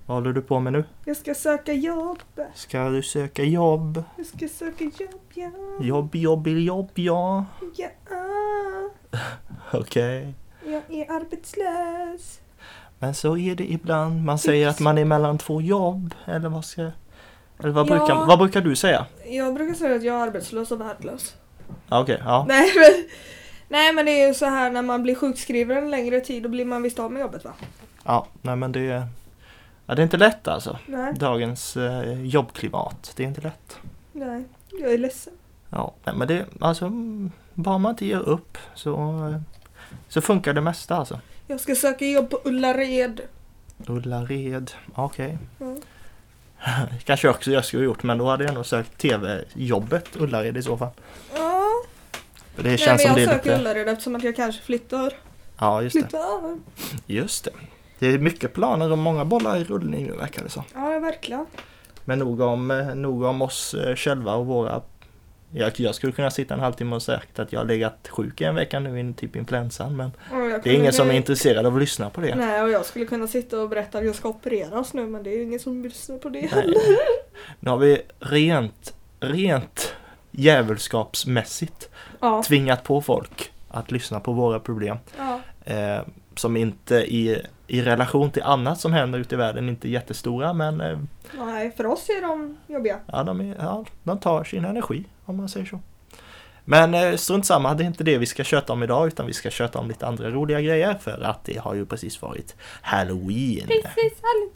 Vad håller du på med nu? Jag ska söka jobb. Ska du söka jobb? Jag ska söka jobb, ja. Jobb, ja. Ja. Okej. Jag är arbetslös. Men så är det ibland. Man säger att man är mellan två jobb. Eller vad brukar du säga? Jag brukar säga att jag är arbetslös och värdelös. Okej, ja. Nej, men det är ju så här när man blir sjukskriven en längre tid, då blir man visst av med jobbet, va? Ja, nej men det är inte lätt alltså. Nej. Dagens jobbklimat, det är inte lätt. Nej, jag är ledsen. Ja, nej, men det, alltså, bara man inte ger upp så funkar det mesta alltså. Jag ska söka jobb på Ullared. Ullared, okej. Mm. Kanske också jag skulle ha gjort, men då hade jag nog sökt tv-jobbet Ullared i så fall. Ja. Det känns som jag det är söker lite... Ullared eftersom att jag kanske flyttar. Ja, just det. Det är mycket planer och många bollar i rullning nu, verkar det så. Ja, verkligen. Men nog om oss själva och våra... Jag skulle kunna sitta en halvtimme och sagt att jag har legat sjuk i en vecka nu i typ influensan, men det är ingen som är intresserad av att lyssna på det. Nej, och jag skulle kunna sitta och berätta att jag ska opereras nu, men det är ju ingen som lyssnar på det heller. Nu har vi rent djävulskapsmässigt tvingat på folk att lyssna på våra problem. Ja. Som inte i relation till annat som händer ute i världen inte är jättestora, men... Nej, för oss är de jobbiga. Ja, de tar sin energi, om man säger så. Men strunt samma, det är inte det vi ska köta om idag, utan vi ska köta om lite andra roliga grejer, för att det har ju precis varit Halloween. Precis,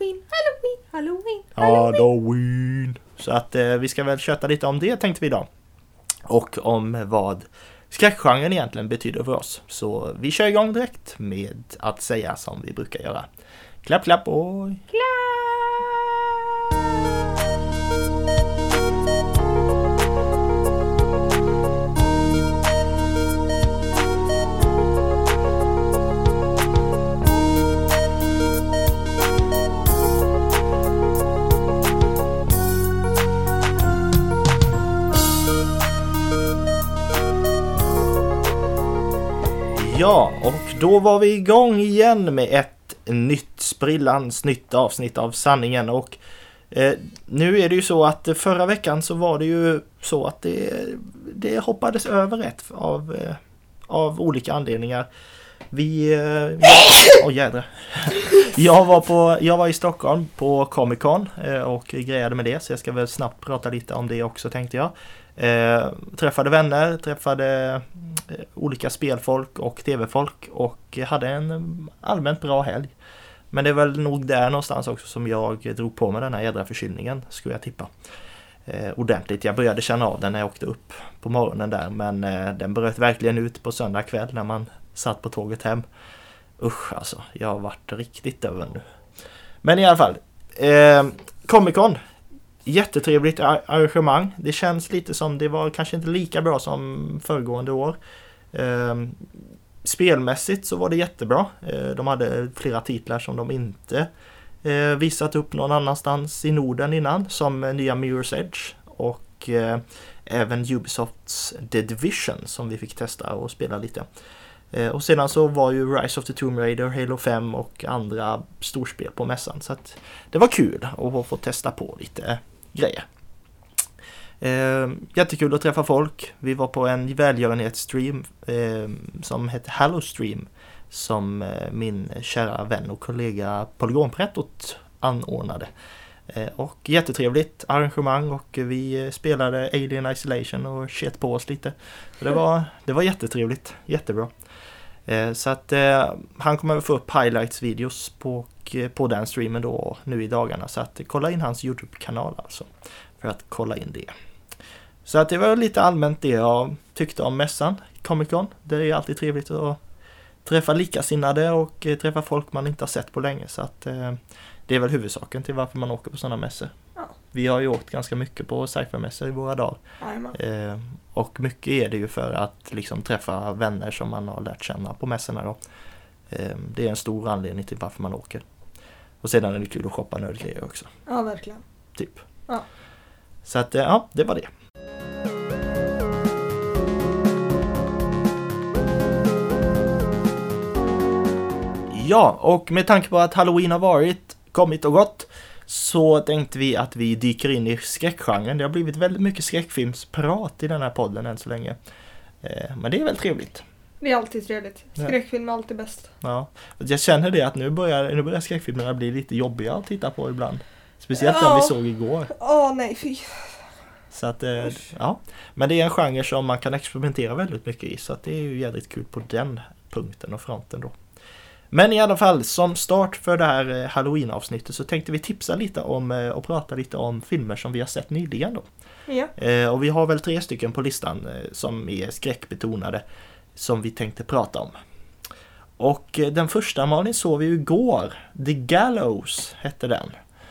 Halloween. Så att vi ska väl köta lite om det, tänkte vi idag. Och om vad skräckgenren egentligen betyder för oss. Så vi kör igång direkt med att säga som vi brukar göra. Klapp, klapp och... Ja, och då var vi igång igen med ett sprillans nytt avsnitt av sanningen. Och nu är det ju så att förra veckan så var det ju så att det hoppades över ett av olika anledningar. Jag var i Stockholm på Comic Con och grejade med det, så jag ska väl snabbt prata lite om det också, tänkte jag. Träffade vänner, träffade olika spelfolk och tv-folk och hade en allmänt bra helg. Men det är väl nog där någonstans också som jag drog på med den här jädra förkylningen, skulle jag tippa. Ordentligt. Jag började känna av den när jag åkte upp på morgonen där, men den bröt verkligen ut på söndag kväll när man satt på tåget hem. Usch alltså, jag har varit riktigt över nu. Men i alla fall, Comic Con. Jättetrevligt arrangemang. Det känns lite som det var kanske inte lika bra som föregående år. Spelmässigt så var det jättebra. De hade flera titlar som de inte visat upp någon annanstans i Norden innan, som nya Mirror's Edge och även Ubisofts The Division som vi fick testa och spela lite. Och sedan så var ju Rise of the Tomb Raider, Halo 5 och andra storspel på mässan. Så att det var kul att få testa på lite grejer. Jättekul att träffa folk. Vi var på en välgörenhetsstream som hette Hallostream, som min kära vän och kollega Polygonprettot anordnade. Och jättetrevligt arrangemang, och vi spelade Alien Isolation och shit på oss lite. Så det var jättetrevligt, jättebra. Så att han kommer att få upp highlights-videos på den streamen då nu i dagarna. Så att kolla in hans YouTube-kanal alltså, för att kolla in det. Så att det var lite allmänt det jag tyckte om mässan, Comic Con. Det är alltid trevligt att träffa likasinnade och träffa folk man inte har sett på länge. Så att det är väl huvudsaken till varför man åker på sådana mässor. Ja. Vi har ju åkt ganska mycket på sci-fi-mässor i våra dagar. Och mycket är det ju för att liksom träffa vänner som man har lärt känna på mässorna då. Det är en stor anledning till varför man åker. Och sedan är det kul att shoppa nördgrejer också. Ja, verkligen. Typ. Ja. Så att ja, det var det. Ja, och med tanke på att Halloween har varit kommit och gått så tänkte vi att vi dyker in i skräckgenren. Det har blivit väldigt mycket skräckfilmsprat i den här podden än så länge. Men det är väl trevligt. Det är alltid trevligt. Skräckfilm är alltid bäst. Ja. Jag känner det att nu börjar skräckfilmerna bli lite jobbiga att titta på ibland. Speciellt den vi såg igår. Nej fy. Så att, ja. Men det är en genre som man kan experimentera väldigt mycket i. Så att det är ju jävligt kul på den punkten och fronten då. Men i alla fall, som start för det här Halloween-avsnittet så tänkte vi tipsa lite om och prata lite om filmer som vi har sett nyligen då. Ja. Och vi har väl 3 stycken på listan som är skräckbetonade som vi tänkte prata om. Och den första, Malin, såg vi ju igår. The Gallows hette den.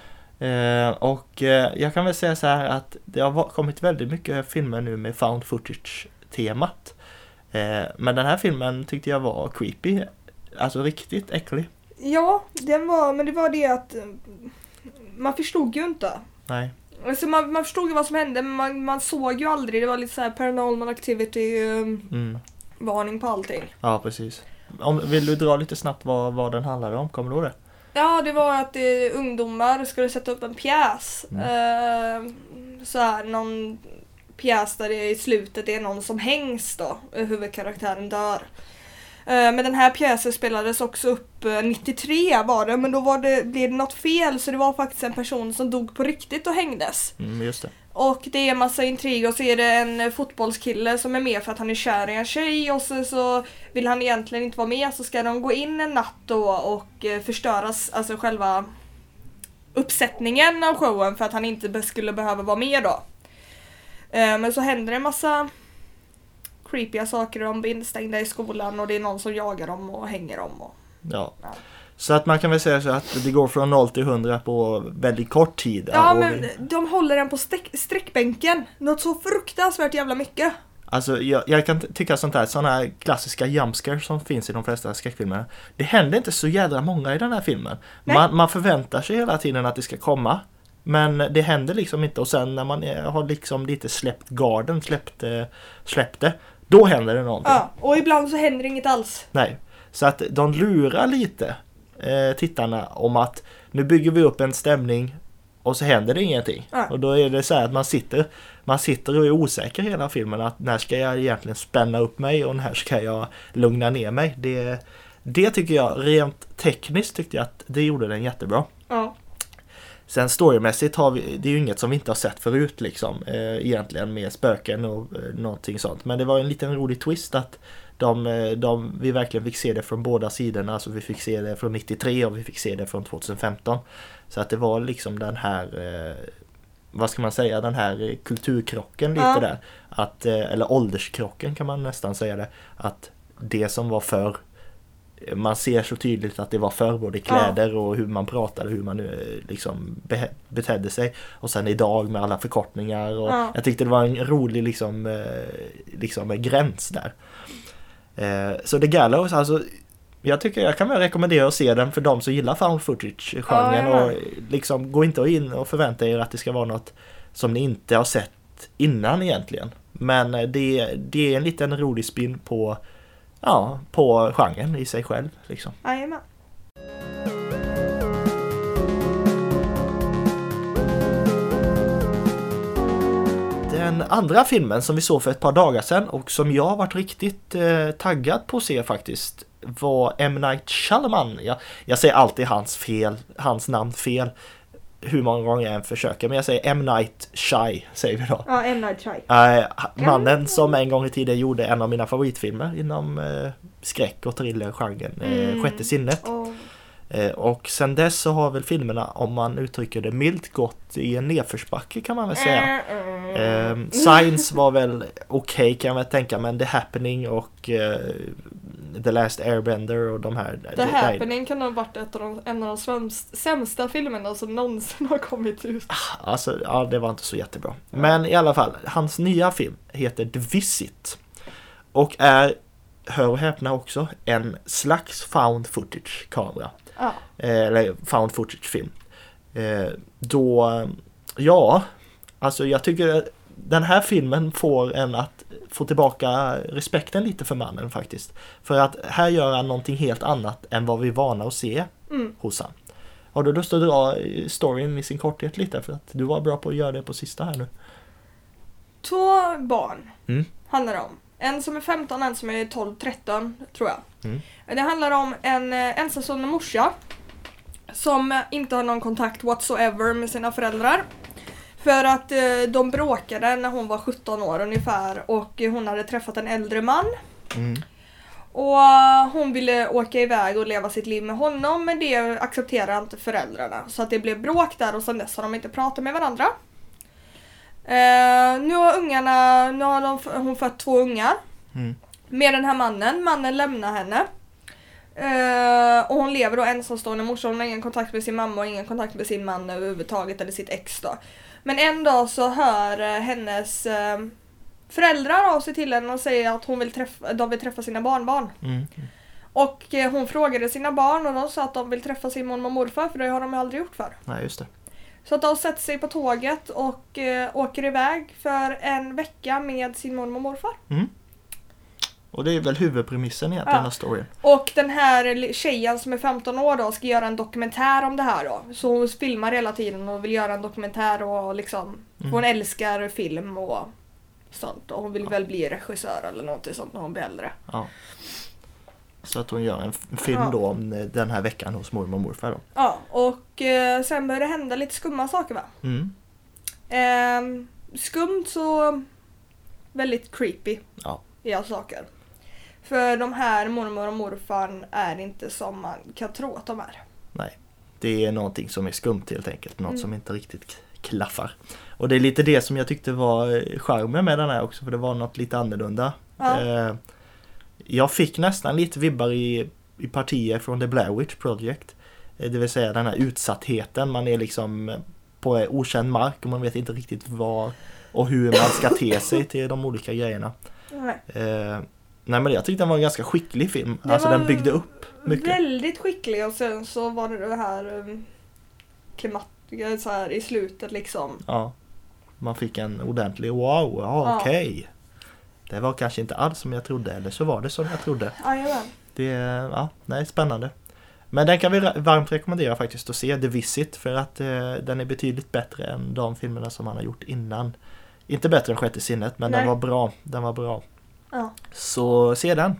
Och jag kan väl säga så här att det har kommit väldigt mycket filmer nu med found footage-temat. Men den här filmen tyckte jag var creepy. Alltså riktigt äcklig. Ja, men det var det att man förstod ju inte. Nej. Alltså man förstod ju vad som hände, men man såg ju aldrig. Det var lite så här paranormal activity varning på allting. Ja, precis. Vill du dra lite snabbt vad den handlar om? Kommer du ihåg det? Ja, det var att ungdomar skulle sätta upp en pjäs. Så här, någon pjäs där det i slutet är någon som hängs då. Huvudkaraktären dör. Men den här pjäsen spelades också upp 93 var det, men då blev det något fel så det var faktiskt en person som dog på riktigt och hängdes. Just det. Och det är en massa intrig och så är det en fotbollskille som är med för att han är kär i en tjej och så vill han egentligen inte vara med, så ska de gå in en natt då och förstöras, alltså själva uppsättningen av showen för att han inte skulle behöva vara med då. Men så händer det en massa creepiga saker, de blir instängda i skolan och det är någon som jagar dem och hänger dem. Ja. Så att man kan väl säga så att det går från 0 till 100 på väldigt kort tid. Ja, men de håller den på sträckbänken. Något så fruktansvärt jävla mycket. Alltså jag kan tycka sådana här klassiska jumpscares som finns i de flesta skräckfilmerna. Det händer inte så jädra många i den här filmen. Man förväntar sig hela tiden att det ska komma. Men det händer liksom inte, och sen när man har liksom lite släppt garden, släppte, då händer det någonting. Ja, och ibland så händer inget alls. Nej, så att de lurar lite tittarna om att nu bygger vi upp en stämning och så händer det ingenting. Ja. Och då är det så här att man sitter och är osäker hela filmen, att när ska jag egentligen spänna upp mig och när ska jag lugna ner mig. Det tycker jag, rent tekniskt tyckte jag att det gjorde den jättebra. Ja. Sen storymässigt det är ju inget som vi inte har sett förut liksom, egentligen med spöken och någonting sånt. Men det var en liten rolig twist att vi verkligen fick se det från båda sidorna. Alltså vi fick se det från 93 och vi fick se det från 2015. Så att det var liksom den här, vad ska man säga, den här kulturkrocken lite där. Eller ålderskrocken kan man nästan säga det. Att det som var förr, man ser så tydligt att det var förr, både kläder och hur man pratade, hur man liksom betedde sig. Och sen idag med alla förkortningar. Och jag tyckte det var en rolig liksom gräns där. Så The Gallows, alltså jag kan väl rekommendera att se den för de som gillar found footage-genren. Och liksom gå inte in och förvänta er att det ska vara något som ni inte har sett innan egentligen. Men det är en liten rolig spin på genren i sig själv liksom. Jajamän. Den andra filmen som vi såg för ett par dagar sedan och som jag har varit riktigt taggad på att se faktiskt var M. Night Shyamalan. Jag säger alltid hans namn fel hur många gånger jag än försöker, men jag säger M. Night Shy, säger vi då. Ja, M. Night Shy. Mannen som en gång i tiden gjorde en av mina favoritfilmer inom skräck- och thriller-genren, Sjätte sinnet. Och sen dess så har väl filmerna, om man uttrycker det milt, gått i en nedförsbacke kan man väl säga. Science var väl okej, kan jag väl tänka, men The Happening och The Last Airbender och de här. The Happening kan ha varit en av de sämsta filmerna som någonsin har kommit ut. Alltså, ja, det var inte så jättebra. Men i alla fall, hans nya film heter The Visit och är, hör och häpna också, en slags found footage-kamera. Eller found footage-film. Alltså jag tycker den här filmen får en att få tillbaka respekten lite för mannen faktiskt. För att här gör han någonting helt annat än vad vi är vana att se hos han. Har du lust att dra storyn i sin korthet lite? För att du var bra på att göra det på sista här nu. 2 barn handlar det om. En som är 15, en som är 12-13 tror jag. Det handlar om en ensamstående morsa som inte har någon kontakt whatsoever med sina föräldrar. För att de bråkade när hon var 17 år ungefär och hon hade träffat en äldre man. Och hon ville åka iväg och leva sitt liv med honom, men det accepterar inte föräldrarna. Så att det blev bråk där och sedan dess har de inte pratat med varandra. Nu har hon fått 2 ungar med den här mannen. Mannen lämnar henne. Och hon lever då ensamstående morsa. Hon har ingen kontakt med sin mamma och ingen kontakt med sin man överhuvudtaget eller sitt ex då. Men en dag så hör hennes föräldrar av sig till henne och säger att de vill träffa sina barnbarn. Och hon frågade sina barn och de sa att de vill träffa sin mormor och morfar, för det har de aldrig gjort för. Nej, just det. Så att de sätter sig på tåget och åker iväg för en vecka med sin mormor och morfar. Och det är väl huvudpremissen egentligen av storyn. Och den här tjejen som är 15 år då ska göra en dokumentär om det här då. Så hon filmar hela tiden och vill göra en dokumentär och liksom hon älskar film och sånt. Och hon vill väl bli regissör eller något sånt när hon blir äldre. Ja. Så att hon gör en film då om den här veckan hos mormor och morfar då. Ja, och sen börjar det hända lite skumma saker va? Skumt så väldigt creepy saker. För de här mormor och morfar är inte som man kan tro att de är. Nej, det är någonting som är skumt helt enkelt. Något som inte riktigt klaffar. Och det är lite det som jag tyckte var charmen med den här också. För det var något lite annorlunda. Ja. Jag fick nästan lite vibbar i partier från The Blair Witch Project. Det vill säga den här utsattheten. Man är liksom på okänd mark och man vet inte riktigt vad och hur man ska te sig till de olika grejerna. Nej, men jag tyckte den var en ganska skicklig film. Alltså den byggde upp mycket. Väldigt skicklig, och sen så var det här klimatet så här i slutet liksom. Ja. Man fick en ordentlig okej. Det var kanske inte alls som jag trodde, eller så var det som jag trodde. Det spännande. Men den kan vi varmt rekommendera faktiskt att se The Visit, för att den är betydligt bättre än de filmerna som han har gjort innan. Inte bättre än Sjätte sinnet, men den var bra. Ja. Så se den.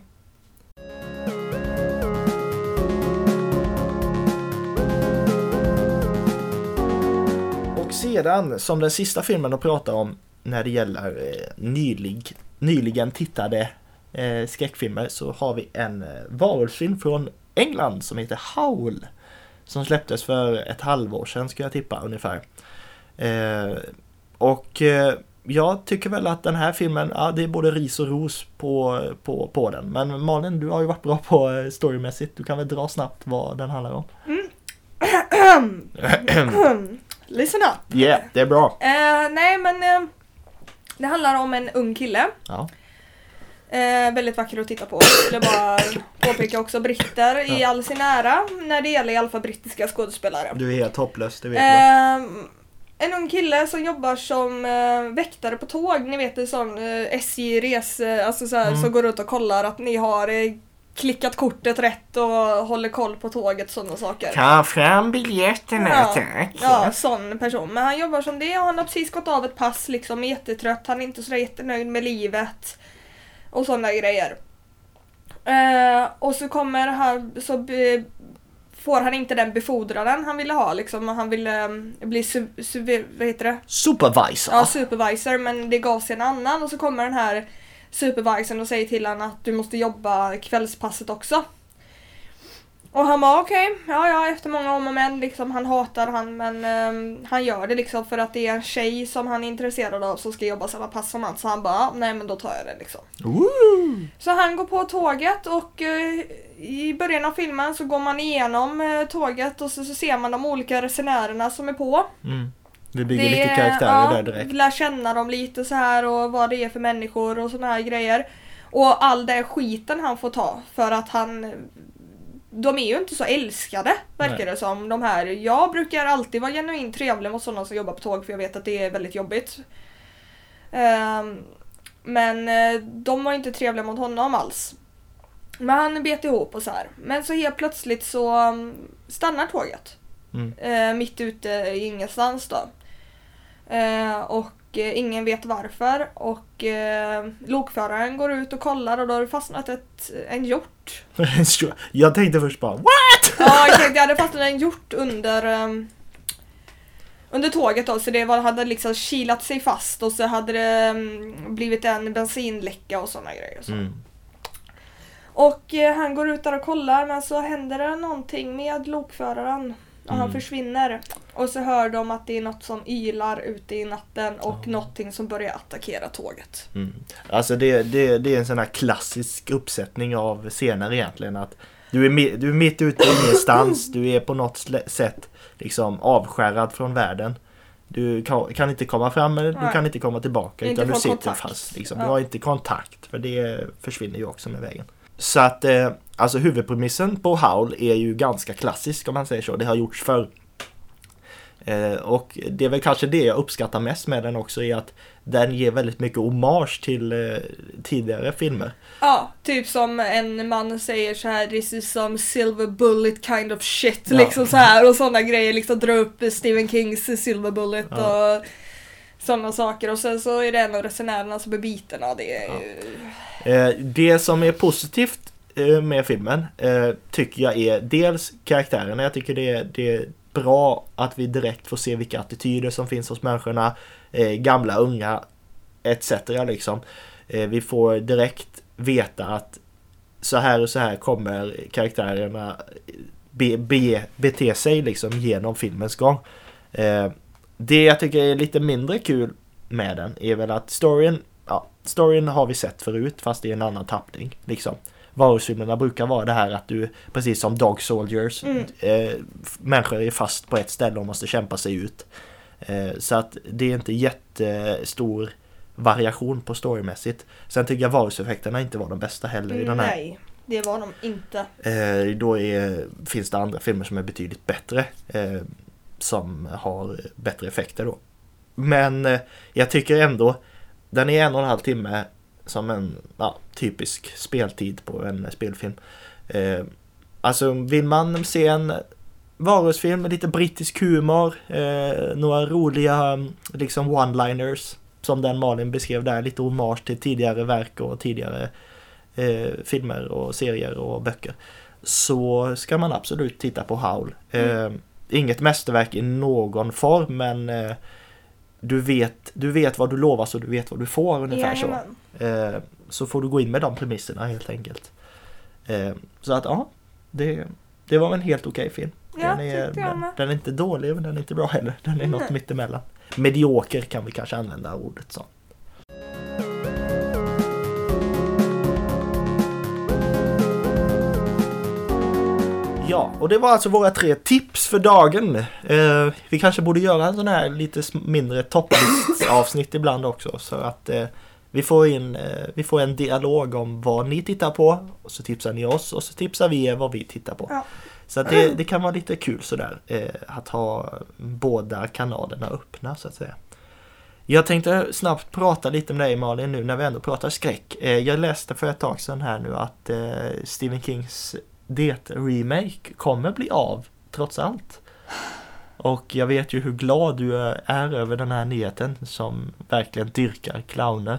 Och sedan, som den sista filmen att prata om när det gäller nyligen tittade skräckfilmer, så har vi en varulvsfilm från England som heter Howl, som släpptes för ett halvår sedan, ska jag tippa ungefär. Jag tycker väl att den här filmen, det är både ris och ros på den. Men Malin, du har ju varit bra på storymässigt. Du kan väl dra snabbt vad den handlar om. Listen up. Yeah, det är bra. Det handlar om en ung kille. Ja. Väldigt vacker att titta på. Jag vill bara påpeka också britter i all sin ära när det gäller i alla fall brittiska skådespelare. Du är helt hopplös, det vet jag. En ung kille som jobbar som väktare på tåg. Ni vet, det är sån SJ-res, alltså så här, som går ut och kollar att ni har klickat kortet rätt och håller koll på tåget, sådana saker. Ta fram biljetterna, tack. Ja, sån person. Men han jobbar som det och han har precis gått av ett pass, liksom jättetrött. Han är inte så jättenöjd med livet och sådana grejer. Och så kommer han, så får han inte den befordraren han ville ha, liksom. Han ville bli vad heter det? Supervisor. Ja, supervisor, men det gav sig en annan, och så kommer den här supervisorn och säger till honom att du måste jobba kvällspasset också. Och han bara okej, efter många om och men, liksom, han hatar han, men han gör det liksom för att det är en tjej som han är intresserad av som ska jobba samma pass som han, så han bara nej, men då tar jag det liksom. Så han går på tåget och i början av filmen så går man igenom tåget och så ser man de olika resenärerna som är på. Vi bygger lite karaktärer där direkt. Lär känna dem lite så här och vad det är för människor och såna här grejer. Och all den skiten han får ta för att de är ju inte så älskade, verkar det som, de här. Jag brukar alltid vara genuint trevlig mot sådana som jobbar på tåg, för jag vet att det är väldigt jobbigt. Men de var inte trevliga mot honom alls. Men han bet ihop och så här. Men så helt plötsligt så stannar tåget. mitt ute i ingenstans då. Och ingen vet varför. Och lokföraren går ut och kollar och då har det fastnat en hjort. Jag tänkte först bara, what? Ja, jag hade fastnat en hjort under tåget då, så det hade liksom kilat sig fast och så hade det blivit en bensinläcka och såna grejer. Och, så. Och han går ut där och kollar, men så händer det någonting med lokföraren och han försvinner. Och så hör de att det är något som ylar ute i natten och någonting som börjar attackera tåget. Alltså det är en sån här klassisk uppsättning av scener egentligen, att du är mitt ute i ingenstans, du är på något sätt liksom avskärrad från världen. Du kan inte komma fram eller du kan inte komma tillbaka, utan du sitter fast. Liksom. Du har inte kontakt, för det försvinner ju också med vägen. Så att alltså huvudpremissen på Howl är ju ganska klassisk, om man säger så. Det har gjorts förr. Och det är väl kanske det jag uppskattar mest med den också, är att den ger väldigt mycket hommage till tidigare filmer. Ja, typ som en man säger så här: this is some silver bullet kind of shit, liksom så här, och sådana grejer, liksom dra upp Stephen Kings Silver Bullet och sådana saker, och sen så är det en av resenärerna som är biten av det. Det som är positivt med filmen tycker jag är dels karaktärerna. Jag tycker det är bra att vi direkt får se vilka attityder som finns hos människorna, gamla, unga, etc. liksom. Vi får direkt veta att så här och så här kommer karaktärerna bete sig liksom genom filmens gång. Det jag tycker är lite mindre kul med den är väl att storyn har vi sett förut, fast det är en annan tappning liksom. Varusfilmerna brukar vara det här att du, precis som Dog Soldiers, människor är fast på ett ställe och måste kämpa sig ut. Så att det är inte jättestor variation på storymässigt. Sen tycker jag varuseffekterna inte var de bästa heller i den här. Nej, det var de inte. Då finns det andra filmer som är betydligt bättre, som har bättre effekter då. Men jag tycker ändå, den är 1,5 timme som en typisk speltid på en spelfilm. Alltså vill man se en varusfilm med lite brittisk humor, några roliga liksom one-liners som den Malin beskrev där, lite hommage till tidigare verk och tidigare filmer och serier och böcker, så ska man absolut titta på Howl. Inget mästerverk i någon form, men du vet vad du lovar, så du vet vad du får ungefär så. Så får du gå in med de premisserna helt enkelt. Så att det var en helt okej film. Den är inte dålig, men den är inte bra heller. Den är något mittemellan. Medioker kan vi kanske använda ordet så. Ja, och det var alltså våra 3 tips för dagen. Vi kanske borde göra en sån här lite mindre topplist-avsnitt ibland också, så att vi får en dialog om vad ni tittar på, och så tipsar ni oss och så tipsar vi er vad vi tittar på. Ja. Så att det kan vara lite kul sådär, att ha båda kanalerna öppna så att säga. Jag tänkte snabbt prata lite med dig, Malin, nu när vi ändå pratar skräck. Jag läste för ett tag sedan här nu att Stephen Kings remake kommer bli av trots allt. Och jag vet ju hur glad du är över den här nyheten, som verkligen dyrkar clowner.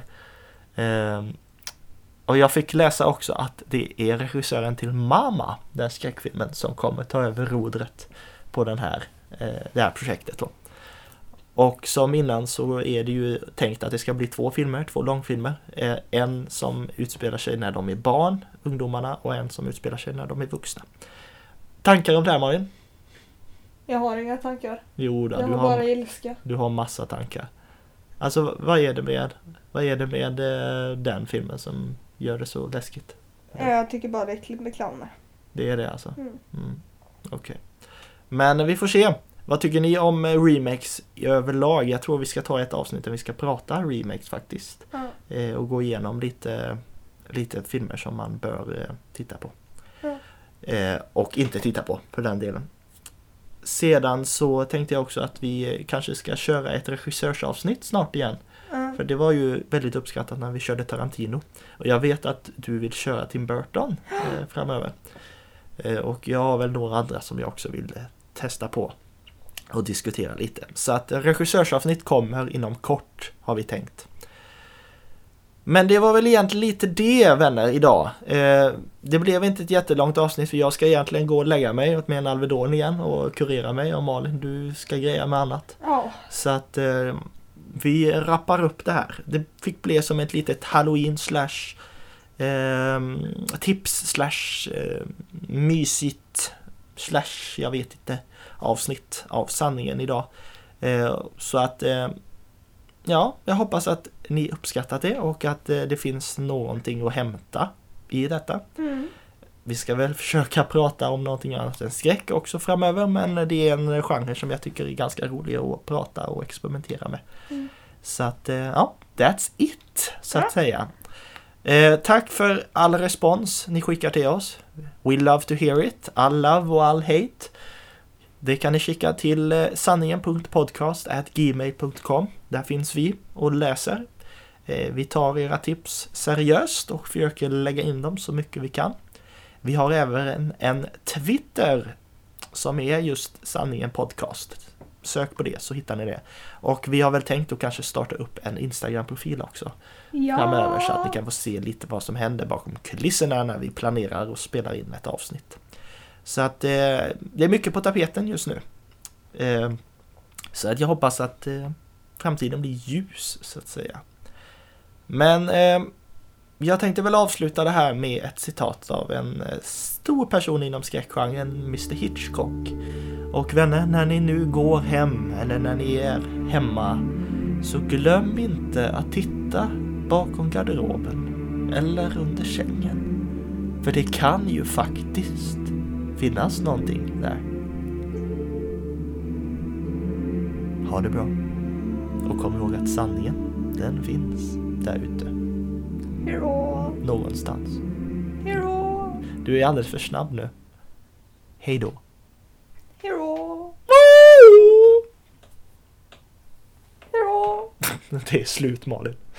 Och jag fick läsa också att det är regissören till Mama, den skräckfilmen, som kommer ta över rodret på det här projektet då. Och som innan så är det ju tänkt att det ska bli 2 långfilmer. En som utspelar sig när de är barn, ungdomarna, och en som utspelar sig när de är vuxna. Tankar om det här, Malin? Jag har inga tankar. Jo då, jag har bara ilska. Du har massa tankar. Alltså vad är det med den filmen som gör det så läskigt? Jag tycker bara det är äckligt med clowner. Det är det alltså? Okej. Men vi får se. Vad tycker ni om remakes överlag? Jag tror vi ska ta ett avsnitt där vi ska prata remakes faktiskt. Och gå igenom lite filmer som man bör titta på. Och inte titta på, för den delen. Sedan så tänkte jag också att vi kanske ska köra ett regissörsavsnitt snart igen. För det var ju väldigt uppskattat när vi körde Tarantino. Och jag vet att du vill köra Tim Burton framöver. Och jag har väl några andra som jag också vill testa på. och diskutera lite. Så att regissörsavsnitt kommer inom kort, har vi tänkt. Men det var väl egentligen lite det, vänner, idag. Det blev inte ett jättelångt avsnitt, för jag ska egentligen gå och lägga mig åt med en Alvedon igen och kurera mig, och Malin, du ska greja med annat. Ja. Så att vi rappar upp det här. Det fick bli som ett litet Halloween / tips / mysigt / jag vet inte, avsnitt av sanningen idag. Så att ja, jag hoppas att ni uppskattat det och att det finns någonting att hämta i detta. Vi ska väl försöka prata om någonting annat än skräck också framöver, men det är en genre som jag tycker är ganska rolig att prata och experimentera med. Så att ja, that's it, så att säga. Tack för all respons ni skickar till oss. We love to hear it. All love och all hate. Det kan ni skicka till sanningen.podcast@gmail.com. Där finns vi och läser. Vi tar era tips seriöst och försöker lägga in dem så mycket vi kan. Vi har även en Twitter som är just Sanningen Podcast. Sök på det så hittar ni det. Och vi har väl tänkt att kanske starta upp en Instagram-profil också framöver, så att ni kan få se lite vad som händer bakom kulisserna när vi planerar och spelar in ett avsnitt. Så att det är mycket på tapeten just nu. Så att jag hoppas att framtiden blir ljus, så att säga. Men jag tänkte väl avsluta det här med ett citat av en stor person inom skräckgenren, Mr. Hitchcock. Och vänner, när ni nu går hem eller när ni är hemma, så glöm inte att titta bakom garderoben eller under sängen. För det kan ju faktiskt finnas någonting där. Ha det bra. Och kom ihåg att sanningen, den finns där ute. Hero. Någonstans. Hero. Du är alldeles för snabb nu. Hej då. Hero. Hero. Det är slut, Malin.